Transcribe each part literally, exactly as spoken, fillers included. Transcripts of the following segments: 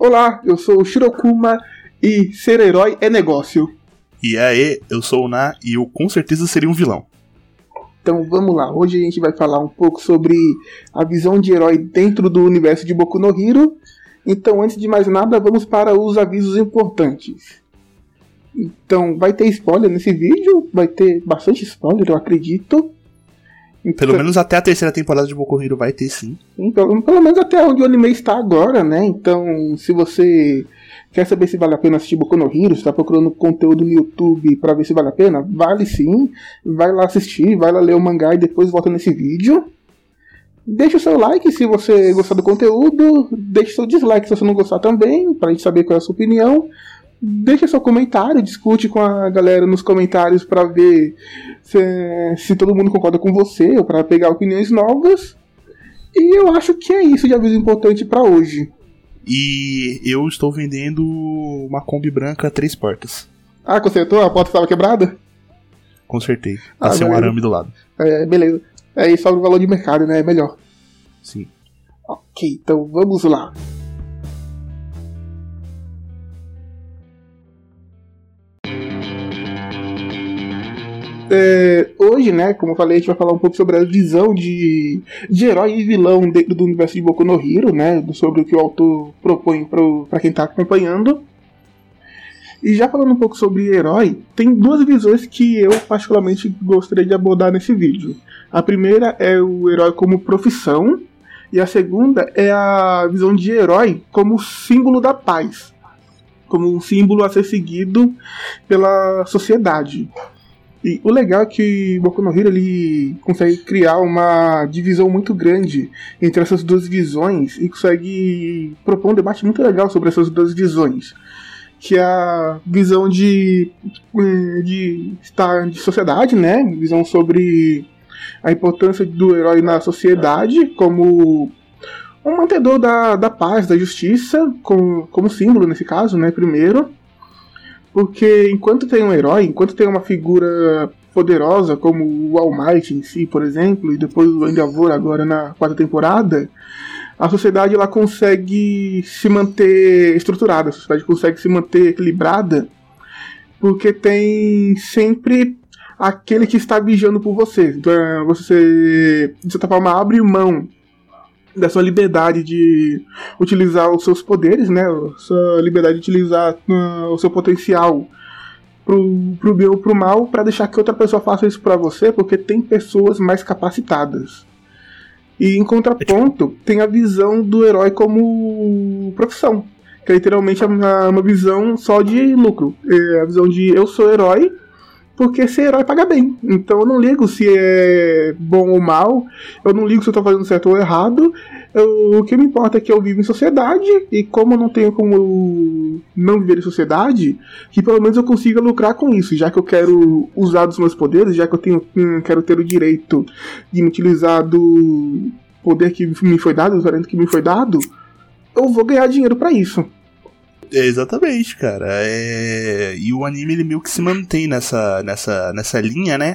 Olá, eu sou o Shirokuma e ser herói é negócio. E aí, eu sou o Na e eu com certeza seria um vilão. Então vamos lá, hoje a gente vai falar um pouco sobre a visão de herói dentro do universo de Boku no Hero. Então antes de mais nada, vamos para os avisos importantes. Então vai ter spoiler nesse vídeo, vai ter bastante spoiler, eu acredito. Então, pelo menos até a terceira temporada de Boku no Hero vai ter, sim. Então, pelo menos até onde o anime está agora, né? Então, se você quer saber se vale a pena assistir Boku no Hero, se está procurando conteúdo no YouTube para ver se vale a pena, vale sim. Vai lá assistir, vai lá ler o mangá e depois volta nesse vídeo. Deixa o seu like se você gostar do conteúdo. Deixa o seu dislike se você não gostar também, para a gente saber qual é a sua opinião. Deixa seu comentário, discute com a galera nos comentários para ver se, se todo mundo concorda com você, ou para pegar opiniões novas. E eu acho que é isso de aviso importante para hoje. E eu estou vendendo uma Kombi branca três portas. Ah, consertou? A porta estava quebrada? Consertei. Ah, Passei um arame do lado. É, beleza. Aí sobra o valor de mercado, né? É melhor. Sim. Ok, então vamos lá. É, hoje, né, como eu falei, a gente vai falar um pouco sobre a visão de, de herói e vilão dentro do universo de Boku no Hero, né, sobre o que o autor propõe para quem está acompanhando. E já falando um pouco sobre herói, tem duas visões que eu particularmente gostaria de abordar nesse vídeo. A primeira é o herói como profissão, e a segunda é a visão de herói como símbolo da paz, como um símbolo a ser seguido pela sociedade. E o legal é que Boku no Hero ele consegue criar uma divisão muito grande entre essas duas visões e consegue propor um debate muito legal sobre essas duas visões, que é a visão de, de estar de sociedade, né? Visão sobre a importância do herói na sociedade como um mantedor da, da paz, da justiça, como, como símbolo nesse caso, né? Primeiro. Porque enquanto tem um herói, enquanto tem uma figura poderosa como o All Might em si, por exemplo, e depois o Endeavor agora na quarta temporada, a sociedade ela consegue se manter estruturada, a sociedade consegue se manter equilibrada, porque tem sempre aquele que está vigiando por você. Então você, de certa forma, abre mão da sua liberdade de utilizar os seus poderes, né, a sua liberdade de utilizar uh, o seu potencial pro, pro bem ou pro mal, para deixar que outra pessoa faça isso para você, porque tem pessoas mais capacitadas. E em contraponto, tem a visão do herói como profissão, que é literalmente uma, uma visão só de lucro. É a visão de eu sou herói porque ser herói paga bem. Então eu não ligo se é bom ou mal, eu não ligo se eu tô fazendo certo ou errado. Eu, o que me importa é que eu vivo em sociedade, e como eu não tenho como não viver em sociedade, que pelo menos eu consiga lucrar com isso, já que eu quero usar dos meus poderes, já que eu tenho, hum, quero ter o direito de me utilizar do poder que me foi dado, do talento que me foi dado, eu vou ganhar dinheiro pra isso. É, exatamente, cara. É... E o anime ele meio que se mantém nessa, nessa, nessa linha, né?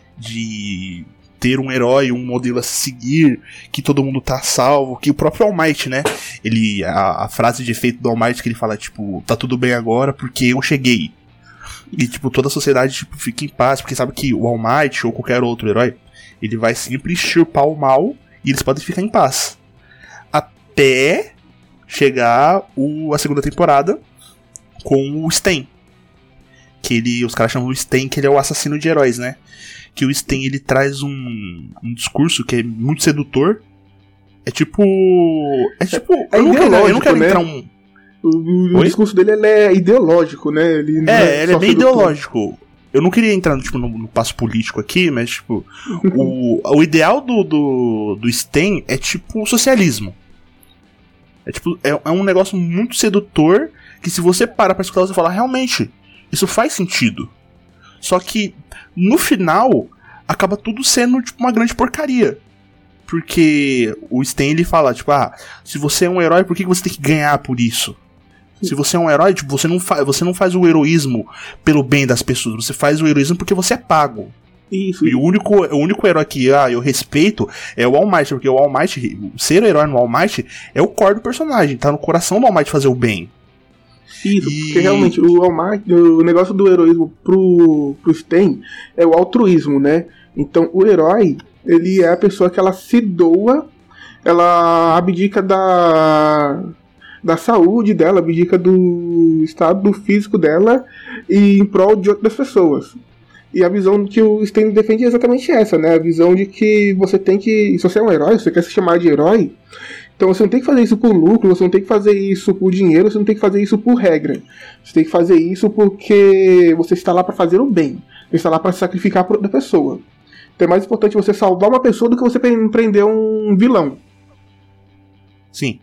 De ter um herói, um modelo a seguir, que todo mundo tá salvo, que o próprio All Might, né? Ele, a, a frase de efeito do All Might que ele fala, tipo, tá tudo bem agora porque eu cheguei. E, tipo, toda a sociedade, tipo, fica em paz, porque sabe que o All Might ou qualquer outro herói, ele vai sempre extirpar o mal e eles podem ficar em paz. Até chegar o, a segunda temporada com o Sten, que ele, os caras chamam o Sten, que ele é o assassino de heróis, né? Que o Sten ele traz um, um discurso que é muito sedutor. É tipo, é tipo, é, é eu, não quero, eu não quero né? entrar um. O, o discurso dele ele é ideológico, né? Ele não é, é ele é bem sedutor. ideológico. Eu não queria entrar tipo, no, no passo político aqui, mas tipo, o, o ideal do, do, do Sten é tipo socialismo. É tipo, é, é um negócio muito sedutor que se você parar pra escutar, você fala, realmente, isso faz sentido. Só que, no final, acaba tudo sendo, tipo, uma grande porcaria. Porque o Sten, ele fala, tipo, ah, se você é um herói, por que você tem que ganhar por isso? Se você é um herói, tipo, você não, fa- você não faz o heroísmo pelo bem das pessoas, você faz o heroísmo porque você é pago. Isso. E o único, o único herói que ah, eu respeito é o All Might, porque o All Might, ser herói no All Might é o core do personagem, tá no coração do All Might fazer o bem. Isso, e... porque realmente o All Might, o negócio do heroísmo pro, pro Stain é o altruísmo, né? Então o herói, ele é a pessoa que ela se doa, ela abdica da, da saúde dela, abdica do estado físico dela e em prol de outras pessoas. E a visão que o Stain defende é exatamente essa, né? A visão de que você tem que... Se você é um herói, se você quer se chamar de herói, então você não tem que fazer isso por lucro, você não tem que fazer isso por dinheiro, você não tem que fazer isso por regra. Você tem que fazer isso porque você está lá para fazer o bem. Você está lá para se sacrificar por outra pessoa. Então é mais importante você salvar uma pessoa do que você prender um vilão. Sim,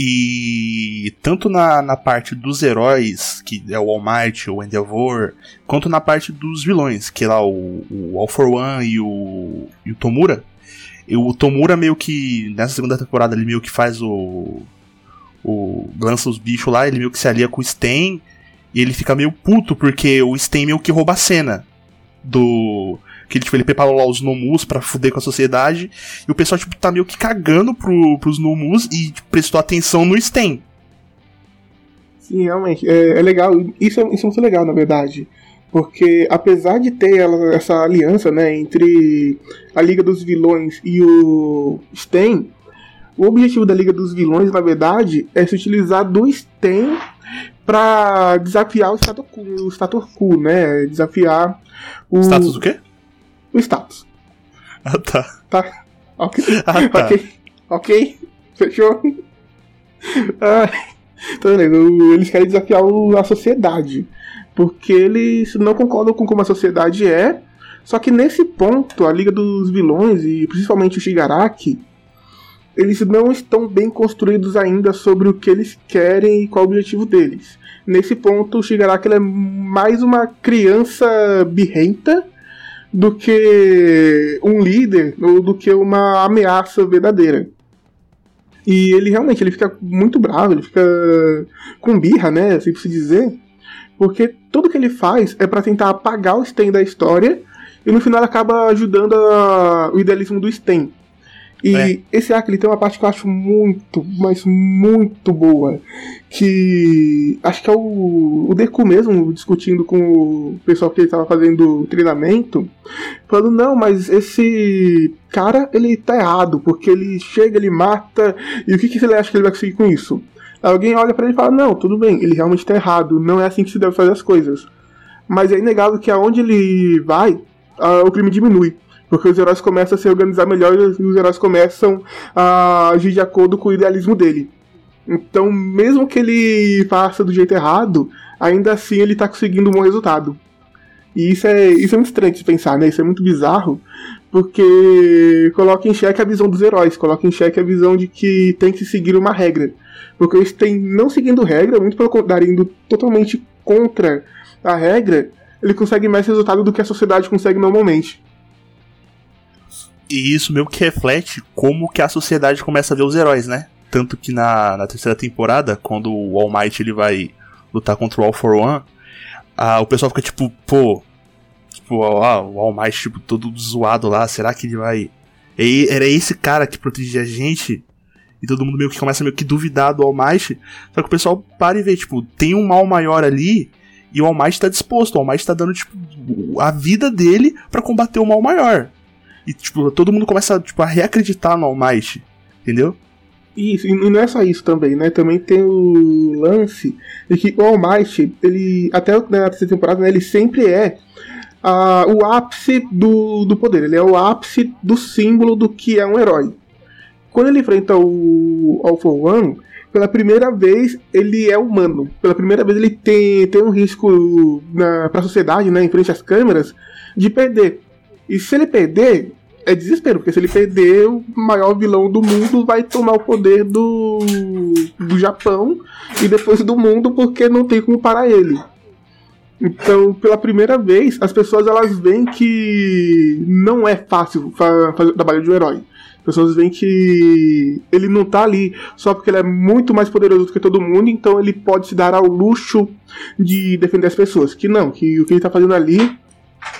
e tanto na, na parte dos heróis, que é o All Might, o Endeavor, quanto na parte dos vilões, que é lá o, o All for One e o, e o Tomura. E o Tomura meio que, nessa segunda temporada, ele meio que faz o... o lança os bichos lá, ele meio que se alia com o Stain, e ele fica meio puto, porque o Stain meio que rouba a cena do... Que ele, tipo, ele preparou lá os Nomus pra fuder com a sociedade. E o pessoal, tipo, tá meio que cagando pro, pros Nomus e tipo, prestou atenção no Stain. Sim, realmente. É, é legal. Isso é, isso é muito legal, na verdade. Porque, apesar de ter ela, essa aliança, né, entre a Liga dos Vilões e o Stain, o objetivo da Liga dos Vilões, na verdade, é se utilizar do Stain pra desafiar o status quo, o status quo, né? Desafiar o... Status do quê? O status. Ah, tá. Tá. Ok. Ah, tá. Ok. Ok. Fechou? Ah, então, eles querem desafiar a sociedade. Porque eles não concordam com como a sociedade é. Só que nesse ponto, a Liga dos Vilões, e principalmente o Shigaraki, eles não estão bem construídos ainda sobre o que eles querem e qual o objetivo deles. Nesse ponto, o Shigaraki ele é mais uma criança birrenta do que um líder ou do que uma ameaça verdadeira. E ele realmente ele fica muito bravo, ele fica com birra, né, assim por se dizer, porque tudo que ele faz é para tentar apagar o Stain da história e no final acaba ajudando a, o idealismo do Stain. E é. Esse arco ele tem uma parte que eu acho muito, mas muito boa, que acho que é o, o Deku mesmo discutindo com o pessoal que ele estava fazendo treinamento, falando, não, mas esse cara ele tá errado, porque ele chega, ele mata, e o que, que ele acha que ele vai conseguir com isso? Alguém olha pra ele e fala, não, tudo bem, ele realmente tá errado, não é assim que se deve fazer as coisas. Mas é inegável que aonde ele vai, uh, o crime diminui. Porque os heróis começam a se organizar melhor e os heróis começam a agir de acordo com o idealismo dele. Então, mesmo que ele faça do jeito errado, ainda assim ele tá conseguindo um bom resultado. E isso é, isso é muito estranho de pensar, né? Isso é muito bizarro, porque coloca em xeque a visão dos heróis, coloca em xeque a visão de que tem que seguir uma regra. Porque eles têm, não seguindo regra, muito pelo contrário, indo totalmente contra a regra, ele consegue mais resultado do que a sociedade consegue normalmente. E isso meio que reflete como que a sociedade começa a ver os heróis, né? Tanto que na, na terceira temporada, quando o All Might ele vai lutar contra o All for One, ah, o pessoal fica tipo, pô, tipo, ah, o All Might tipo, todo zoado lá, será que ele vai... E era esse cara que protegia a gente? E todo mundo meio que começa meio que duvidar do All Might. Só que o pessoal para e vê, tipo, tem um mal maior ali e o All Might tá disposto, o All Might tá dando, tipo, a vida dele pra combater o mal maior. E, tipo, todo mundo começa, tipo, a reacreditar no All Might, entendeu? Isso, e não é só isso também, né? Também tem o lance de que o All Might, ele, até na terceira temporada, né, ele sempre é uh, o ápice do, do poder. Ele é o ápice do símbolo do que é um herói. Quando ele enfrenta o All for One, pela primeira vez ele é humano. Pela primeira vez ele tem, tem um risco na, pra sociedade, né, em frente às câmeras, de perder. E se ele perder, é desespero, porque se ele perder, o maior vilão do mundo vai tomar o poder do, do Japão e depois do mundo, porque não tem como parar ele. Então, pela primeira vez, as pessoas elas veem que não é fácil fa- fazer o trabalho de um herói. As pessoas veem que ele não tá ali só porque ele é muito mais poderoso do que todo mundo, então ele pode se dar ao luxo de defender as pessoas. Que não, que o que ele tá fazendo ali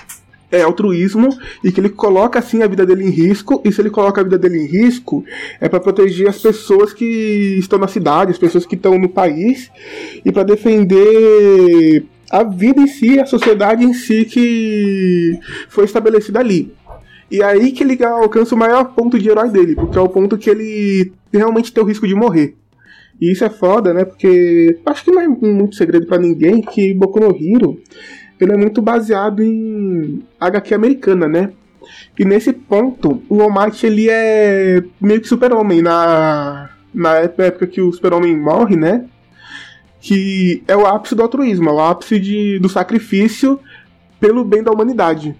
é altruísmo e que ele coloca assim a vida dele em risco, e se ele coloca a vida dele em risco é para proteger as pessoas que estão na cidade, as pessoas que estão no país, e para defender a vida em si, a sociedade em si que foi estabelecida ali. E é aí que ele alcança o maior ponto de herói dele, porque é o ponto que ele realmente tem o risco de morrer. E isso é foda, né? Porque acho que não é muito segredo pra ninguém que Boku no Hero, ele é muito baseado em agá quê americana, né? E nesse ponto, o All Might, ele é meio que super-homem na, na época que o super-homem morre, né? Que é o ápice do altruísmo, é o ápice de, do sacrifício pelo bem da humanidade.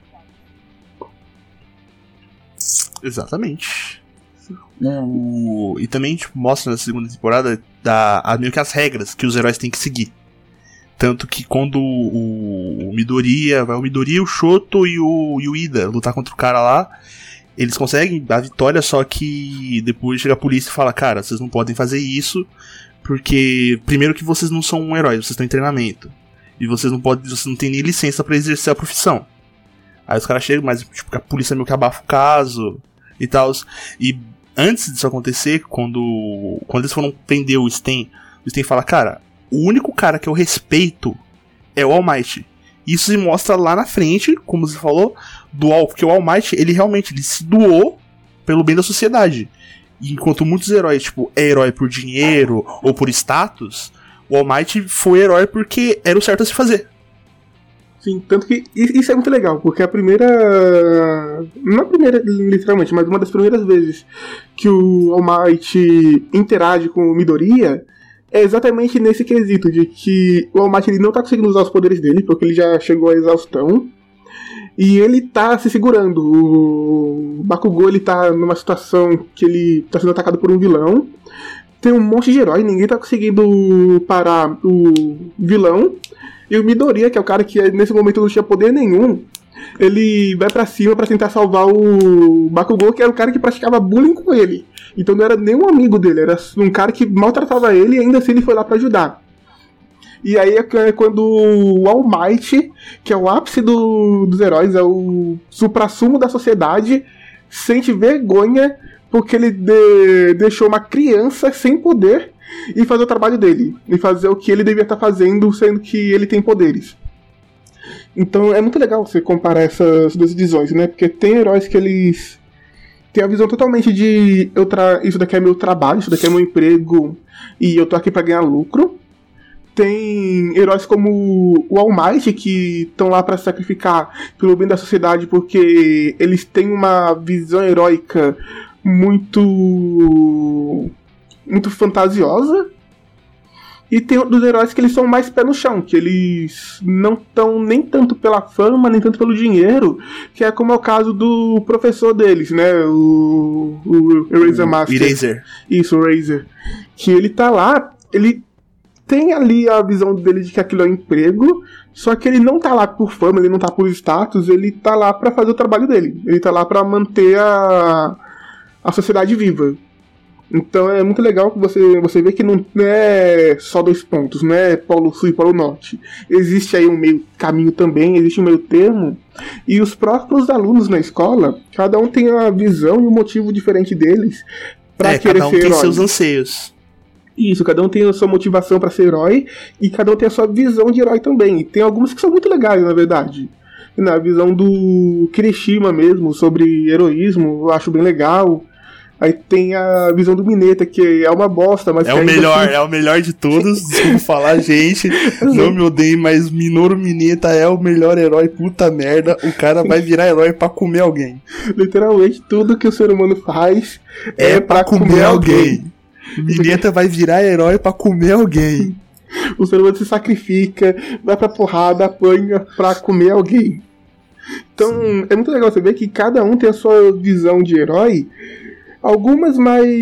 Exatamente. O... E também tipo, mostra na segunda temporada da, a, meio que as regras que os heróis têm que seguir. Tanto que quando o, o Midoriya, vai o Midoriya, o Shoto e o, e o Ida lutar contra o cara lá, eles conseguem a vitória, só que depois chega a polícia e fala: cara, vocês não podem fazer isso, porque primeiro que vocês não são um herói, vocês estão em treinamento. E vocês não podem, vocês não têm nem licença pra exercer a profissão. Aí os caras chegam, mas tipo, a polícia meio que abafa o caso e tal. E antes disso acontecer, quando, quando eles foram prender o Sten, o Sten fala: cara, o único cara que eu respeito é o All Might. Isso se mostra lá na frente, como você falou, do All, porque o All Might, ele realmente ele se doou pelo bem da sociedade. E enquanto muitos heróis, tipo, é herói por dinheiro ou por status, o All Might foi herói porque era o certo a se fazer. Sim, tanto que isso é muito legal, porque a primeira... Não a primeira, literalmente, mas uma das primeiras vezes que o All Might interage com o Midoriya é exatamente nesse quesito, de que o All Might ele não tá conseguindo usar os poderes dele, porque ele já chegou à exaustão, e ele tá se segurando. O Bakugou, ele tá numa situação que ele tá sendo atacado por um vilão, tem um monte de herói, ninguém tá conseguindo parar o vilão, e o Midoriya, que é o cara que nesse momento não tinha poder nenhum, ele vai pra cima pra tentar salvar o Bakugou, que era o cara que praticava bullying com ele. Então não era nenhum amigo dele, era um cara que maltratava ele e ainda assim ele foi lá pra ajudar. E aí é quando o All Might, que é o ápice do, dos heróis, é o suprassumo da sociedade, sente vergonha porque ele de, deixou uma criança sem poder e fazer o trabalho dele, e fazer o que ele devia estar fazendo, sendo que ele tem poderes. Então é muito legal você comparar essas duas visões, né? Porque tem heróis que eles têm a visão totalmente de eu tra... isso daqui é meu trabalho, isso daqui é meu emprego e eu tô aqui pra ganhar lucro. Tem heróis como o All Might, que estão lá pra se sacrificar pelo bem da sociedade porque eles têm uma visão heróica muito muito fantasiosa. E tem outros heróis que eles são mais pé no chão, que eles não estão nem tanto pela fama, nem tanto pelo dinheiro, que é como é o caso do professor deles, né, o, o Eraser Master. Eraser. Isso, o Eraser. Que ele tá lá, ele tem ali a visão dele de que aquilo é um emprego, só que ele não tá lá por fama, ele não tá por status, ele tá lá pra fazer o trabalho dele. Ele tá lá pra manter a, a sociedade viva. Então é muito legal que você, você vê que não é só dois pontos, não é Polo Sul e Polo Norte. Existe aí um meio caminho também, existe um meio termo. E os próprios alunos na escola, cada um tem a visão e um motivo diferente deles pra é, querer cada um ser tem herói. Seus anseios. Isso, cada um tem a sua motivação pra ser herói e cada um tem a sua visão de herói também. E tem algumas que são muito legais, na verdade. Na visão do Kirishima mesmo, sobre heroísmo, eu acho bem legal. Aí tem a visão do Mineta, que é uma bosta, mas... É que o melhor, assim... é o melhor de todos, desculpa falar, gente, não me odeiem, mas Minoru Mineta é o melhor herói, puta merda, o cara vai virar herói pra comer alguém. Literalmente, tudo que o ser humano faz é, é pra, pra comer, comer alguém. alguém. Mineta vai virar herói pra comer alguém. O ser humano se sacrifica, vai pra porrada, apanha pra comer alguém. Então, sim, é muito legal você ver que cada um tem a sua visão de herói, algumas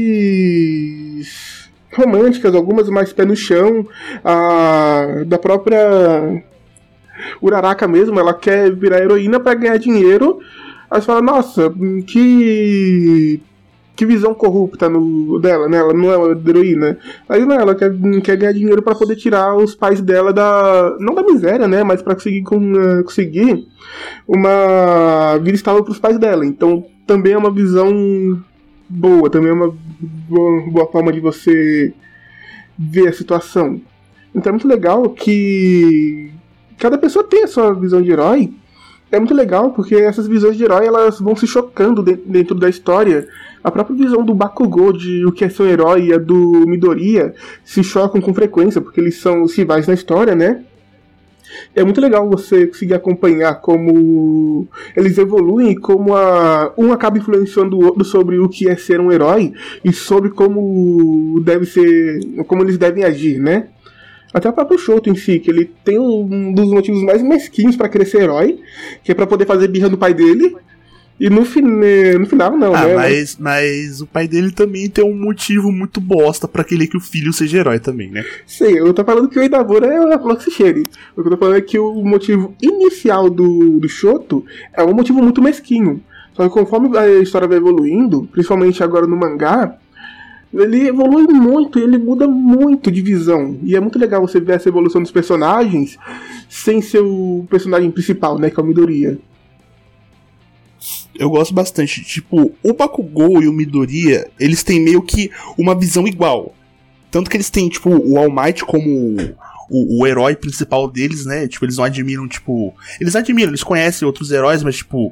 mais românticas, algumas mais pé no chão. A da própria Uraraka mesmo, ela quer virar heroína pra ganhar dinheiro. Aí você fala, nossa, que que visão corrupta no, dela, né? Ela não é uma heroína. Aí não, ela quer, quer ganhar dinheiro pra poder tirar os pais dela da... não da miséria, né? Mas pra conseguir, com, uh, conseguir uma vida estável pros pais dela. Então também é uma visão boa, também é uma boa, boa forma de você ver a situação. Então é muito legal que cada pessoa tem a sua visão de herói. É muito legal porque essas visões de herói elas vão se chocando dentro da história. A própria visão do Bakugou de o que é ser um herói e a do Midoriya se chocam com frequência, porque eles são os rivais na história, né? É muito legal você conseguir acompanhar como eles evoluem e como a, um acaba influenciando o outro sobre o que é ser um herói e sobre como deve ser, como eles devem agir, né? Até o próprio Shoto em si, que ele tem um dos motivos mais mesquinhos pra querer ser herói, que é pra poder fazer birra do pai dele. E no, fin no final não, ah, né? Mas, mas o pai dele também tem um motivo muito bosta pra querer que o filho seja herói também, né? Sim, eu tô falando que o Idabura é a Floxichere. O que eu tô falando é que o motivo inicial do, do Shoto é um motivo muito mesquinho. Só que conforme a história vai evoluindo, principalmente agora no mangá, ele evolui muito, ele muda muito de visão. E é muito legal você ver essa evolução dos personagens sem ser o personagem principal, né, que é o Midoriya. Eu gosto bastante, tipo, o Bakugou e o Midoriya, eles têm meio que uma visão igual. Tanto que eles têm, tipo, o All Might como o, o herói principal deles, né? Tipo, eles não admiram, tipo... Eles admiram, eles conhecem outros heróis, mas, tipo,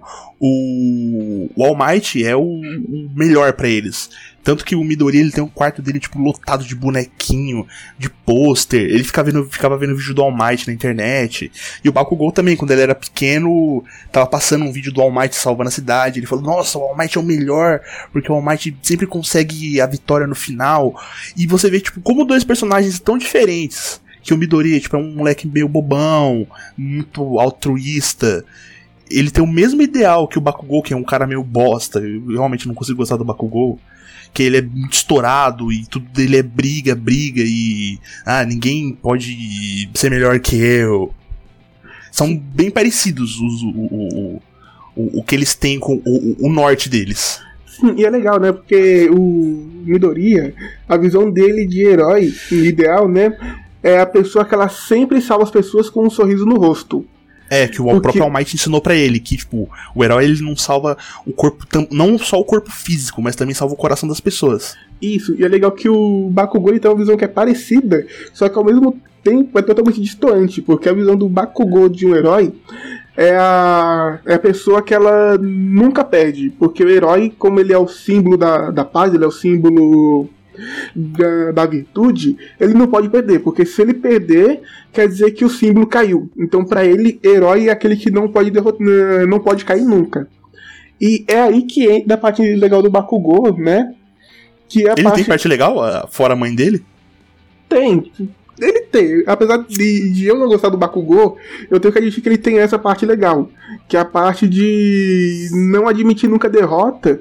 o, o All Might é o, o melhor pra eles. Tanto que o Midoriya, ele tem um quarto dele, tipo, lotado de bonequinho, de pôster. Ele ficava vendo, ficava vendo vídeo do All Might na internet. E o Bakugou também, quando ele era pequeno, tava passando um vídeo do All Might salvando a cidade. Ele falou, nossa, o All Might é o melhor, porque o All Might sempre consegue a vitória no final. E você vê, tipo, como dois personagens tão diferentes. Que o Midoriya, tipo, é um moleque meio bobão, muito altruísta. Ele tem o mesmo ideal que o Bakugou, que é um cara meio bosta. Eu realmente não consigo gostar do Bakugou. Que ele é muito estourado e tudo dele é briga, briga e... Ah, ninguém pode ser melhor que eu. São bem parecidos os, o, o, o, o que eles têm com o, o norte deles. Sim, e é legal, né? Porque o Midoriya, a visão dele de herói ideal, né? É a pessoa que ela sempre salva as pessoas com um sorriso no rosto. É, que o Porque... próprio All Might ensinou pra ele, que, tipo, o herói ele não salva o corpo, não só o corpo físico, mas também salva o coração das pessoas. Isso, e é legal que o Bakugou ele tem uma visão que é parecida, só que ao mesmo tempo é totalmente distante, porque a visão do Bakugou de um herói é a, é a pessoa que ela nunca perde, porque o herói, como ele é o símbolo da, da paz, ele é o símbolo... Da, da virtude, ele não pode perder, porque se ele perder, quer dizer que o símbolo caiu. Então, pra ele, herói é aquele que não pode derrotar, não pode cair nunca. E é aí que entra a parte legal do Bakugou, né? Que é a ele parte... tem parte legal, fora a mãe dele? Tem. Ele tem. Apesar de, de eu não gostar do Bakugou, eu tenho que admitir que ele tem essa parte legal, que é a parte de não admitir nunca derrota,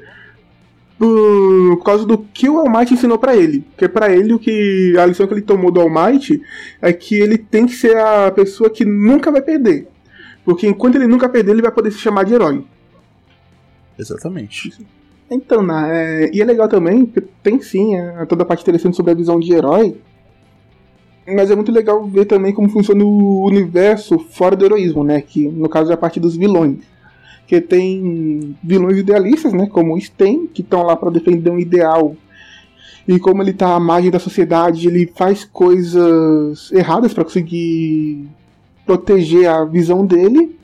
por causa do que o All Might ensinou pra ele. Porque pra ele, o que, a lição que ele tomou do All Might é que ele tem que ser a pessoa que nunca vai perder. Porque enquanto ele nunca perder, ele vai poder se chamar de herói. Exatamente. Então, né, é, e é legal também, porque tem sim é, toda a parte interessante sobre a visão de herói. Mas é muito legal ver também como funciona o universo fora do heroísmo, né? Que no caso é a parte dos vilões. Que tem vilões idealistas, né, como o Sten, que estão lá para defender um ideal. E como ele tá à margem da sociedade, ele faz coisas erradas para conseguir proteger a visão dele.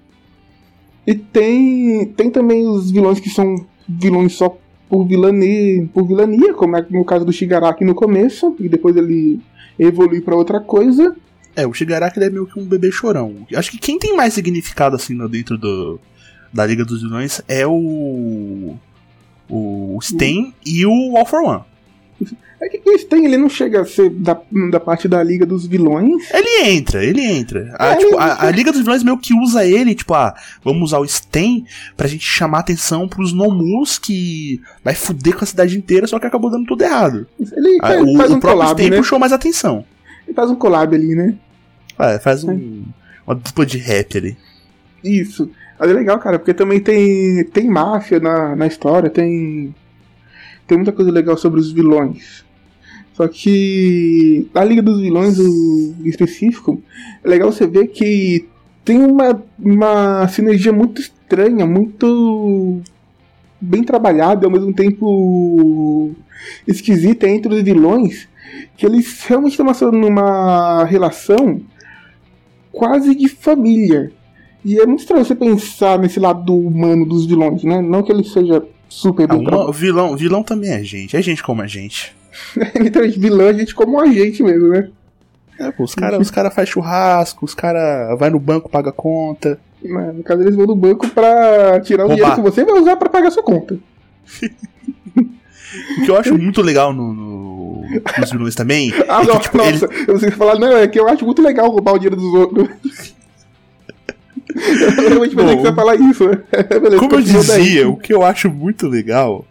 E tem, tem também os vilões que são vilões só por vilania, por vilania, como é no caso do Shigaraki no começo, e depois ele evolui para outra coisa. É, o Shigaraki ele é meio que um bebê chorão. Acho que quem tem mais significado assim dentro do... da Liga dos Vilões é o o Sten uhum. e o All for One. É que o Sten ele não chega a ser da, da parte da Liga dos Vilões. Ele entra, ele entra. A, é, tipo, ele... A, a Liga dos Vilões meio que usa ele, tipo, ah, vamos usar o Sten pra gente chamar atenção pros Nomus que vai fuder com a cidade inteira, só que acabou dando tudo errado. Ele ah, faz, o, faz o um próprio collab, Sten né? puxou mais atenção. Ele faz um collab ali, né? É, faz um, uma dupla de rap ali. Isso. Mas é legal, cara, porque também tem, tem máfia na, na história, tem tem muita coisa legal sobre os vilões. Só que a Liga dos Vilões, o específico, é legal você ver que tem uma, uma sinergia muito estranha, muito bem trabalhada, ao mesmo tempo esquisita entre os vilões, que eles realmente estão mostrando uma relação quase de família. E é muito estranho você pensar nesse lado humano dos vilões, né? Não que ele seja super bem ah, trabalhado. Vilão, vilão também é gente, é gente como a gente. Literalmente, vilão é gente como a gente mesmo, né? É, pô, os caras os cara fazem churrasco, os caras vão no banco, paga conta. Mas, no caso, eles vão no banco pra tirar o Roubar. dinheiro que você vai usar pra pagar sua conta. O que eu acho muito legal no, no, nos vilões também. Ah, é não, que, tipo, nossa, ele... eu sei falar, não, é que eu acho muito legal roubar o dinheiro dos outros. Eu realmente pensei que você ia falar isso. Beleza, como eu dizia, o que eu acho muito legal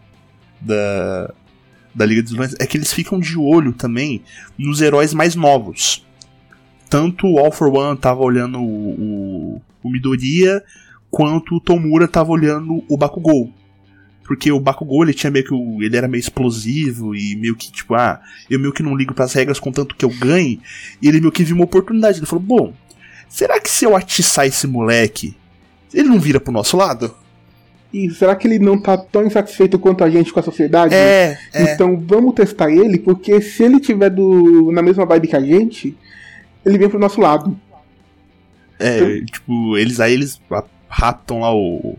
da, da Liga dos Vilões é que eles ficam de olho também nos heróis mais novos. Tanto o All for One tava olhando o, o, o Midoriya, quanto o Tomura tava olhando o Bakugou. Porque o Bakugou, ele tinha meio que o, ele era meio explosivo e meio que tipo, ah, eu meio que não ligo pras regras contanto que eu ganhe. E ele meio que viu uma oportunidade. Ele falou, bom, será que se eu atiçar esse moleque, ele não vira pro nosso lado? E será que ele não tá tão insatisfeito quanto a gente com a sociedade? É, é. Então vamos testar ele, porque se ele tiver do, na mesma vibe que a gente, ele vem pro nosso lado. É, então, tipo, eles aí eles raptam lá o,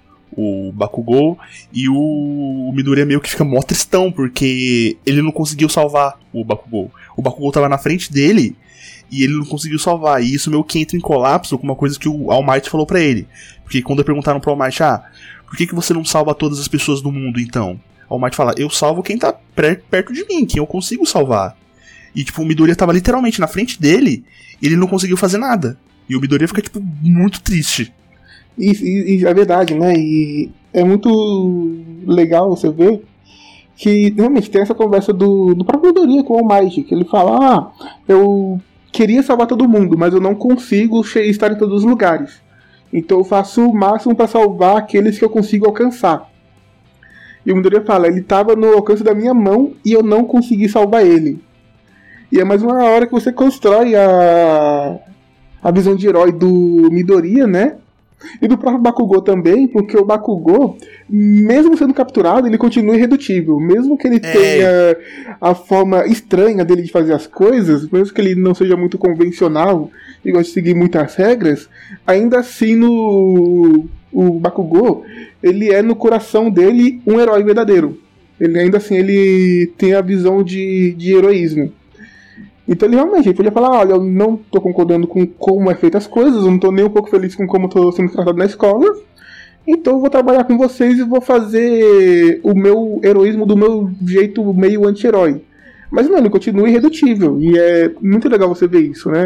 o Bakugou e o, o Midoriya meio que fica mó tristão, porque ele não conseguiu salvar o Bakugou. O Bakugou tava na frente dele e ele não conseguiu salvar. E isso meio que entra em colapso com uma coisa que o All Might falou pra ele. Porque quando perguntaram pro All Might, ah, por que, que você não salva todas as pessoas do mundo então? O All Might fala, eu salvo quem tá perto de mim, quem eu consigo salvar. E tipo, o Midoriya tava literalmente na frente dele e ele não conseguiu fazer nada. E o Midoriya fica, tipo, muito triste. Isso, e, e é verdade, né? E é muito legal você ver que realmente tem essa conversa do, do próprio Midoriya com o All Might, que ele fala, ah, eu queria salvar todo mundo, mas eu não consigo estar em todos os lugares. Então eu faço o máximo para salvar aqueles que eu consigo alcançar. E o Midoriya fala, ele estava no alcance da minha mão e eu não consegui salvar ele. E é mais uma hora que você constrói a, a visão de herói do Midoriya, né? E do próprio Bakugou também, porque o Bakugou, mesmo sendo capturado, ele continua irredutível. Mesmo que ele é. tenha a forma estranha dele de fazer as coisas, mesmo que ele não seja muito convencional e goste de seguir muitas regras, ainda assim no o Bakugou, ele é no coração dele um herói verdadeiro. Ele ainda assim ele tem a visão de, de heroísmo. Então ele realmente ele podia falar, olha, eu não tô concordando com como é feita as coisas, eu não tô nem um pouco feliz com como eu tô sendo tratado na escola, então eu vou trabalhar com vocês e vou fazer o meu heroísmo do meu jeito meio anti-herói. Mas não, ele continua irredutível, e é muito legal você ver isso, né?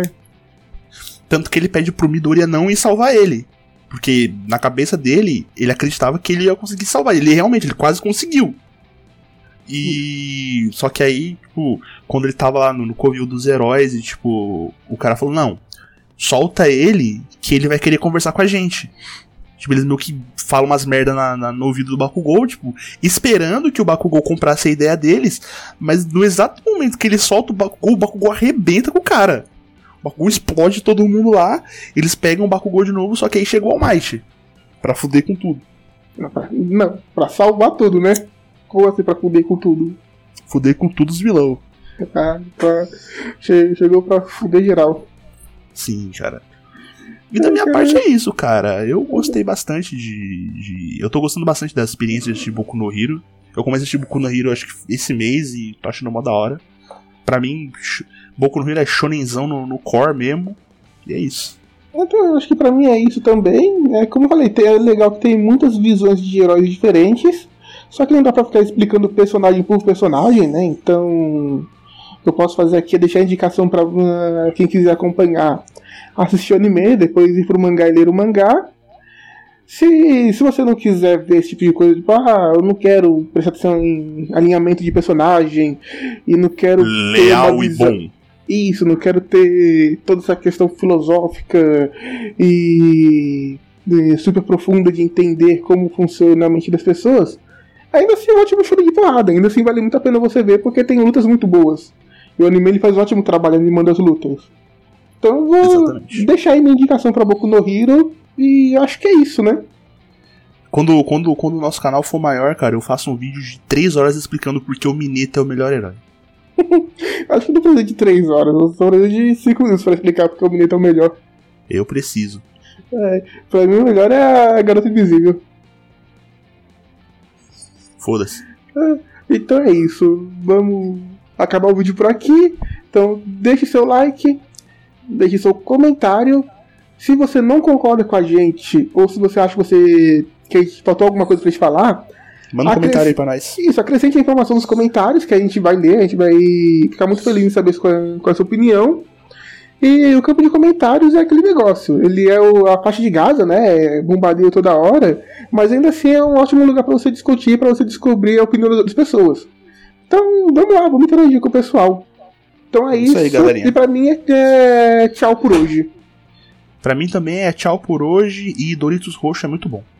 Tanto que ele pede pro Midoriya não ir salvar ele, porque na cabeça dele, ele acreditava que ele ia conseguir salvar ele, realmente, ele quase conseguiu. E só que aí, tipo, quando ele tava lá no, no covil dos heróis e tipo, o cara falou, não, solta ele que ele vai querer conversar com a gente. Tipo, eles meio que falam umas merda na, na, no ouvido do Bakugou, tipo, esperando que o Bakugou comprasse a ideia deles, mas no exato momento que ele solta o Bakugou, o Bakugou arrebenta com o cara. O Bakugou explode todo mundo lá, eles pegam o Bakugou de novo, só que aí chegou o All Might pra fuder com tudo. Não, pra, não, pra salvar tudo, né? Como assim pra fuder com tudo? Fuder com tudo os vilão. Ah, pra... Chegou pra fuder geral. Sim, cara. E da minha parte é isso, cara. Eu gostei bastante de, de... Eu tô gostando bastante das experiências de Boku no Hero. Eu comecei a assistir Boku no Hero acho que esse mês e tô achando mó da hora. Pra mim, Boku no Hero é shonenzão no, no core mesmo. E é isso. Então, eu acho que pra mim é isso também. É, como eu falei, é legal que tem muitas visões de heróis diferentes. Só que não dá pra ficar explicando personagem por personagem, né? Então, o que eu posso fazer aqui é deixar a indicação pra uh, quem quiser acompanhar, assistir o anime, depois ir pro mangá e ler o mangá. Se, se você não quiser ver esse tipo de coisa, tipo, ah, eu não quero prestar atenção em alinhamento de personagem, e não quero leal e bom. Isso, não quero ter toda essa questão filosófica e, e super profunda de entender como funciona a mente das pessoas. ainda assim é um ótimo show de porrada, ainda assim vale muito a pena você ver, porque tem lutas muito boas. E o anime ele faz um ótimo trabalho animando as lutas. Então eu vou Exatamente. deixar aí minha indicação pra Boku no Hero, e acho que é isso, né? Quando, quando, quando o nosso canal for maior, cara, eu faço um vídeo de três horas explicando porque o Mineta é o melhor herói. Acho que não precisa de três horas, eu só preciso de cinco minutos pra explicar porque o Mineta é o melhor. Eu preciso. É, pra mim o melhor é a Garota Invisível. Foda-se. É, então é isso. Vamos acabar o vídeo por aqui. Então deixe seu like, deixe seu comentário. Se você não concorda com a gente, ou se você acha que você que faltou alguma coisa pra gente falar, manda um acres... comentário aí pra nós. Isso, acrescente a informação nos comentários que a gente vai ler, a gente vai ficar muito feliz em saber qual é, qual é a sua opinião. E o campo de comentários é aquele negócio. Ele é o, a faixa de Gaza, né? Bombardeio toda hora. Mas ainda assim é um ótimo lugar pra você discutir, pra você descobrir a opinião das pessoas. Então, vamos lá, vamos interagir com o pessoal. Então é isso. Isso aí, galerinha. E pra mim é, é tchau por hoje. Pra mim também é tchau por hoje. E Doritos Roxo é muito bom.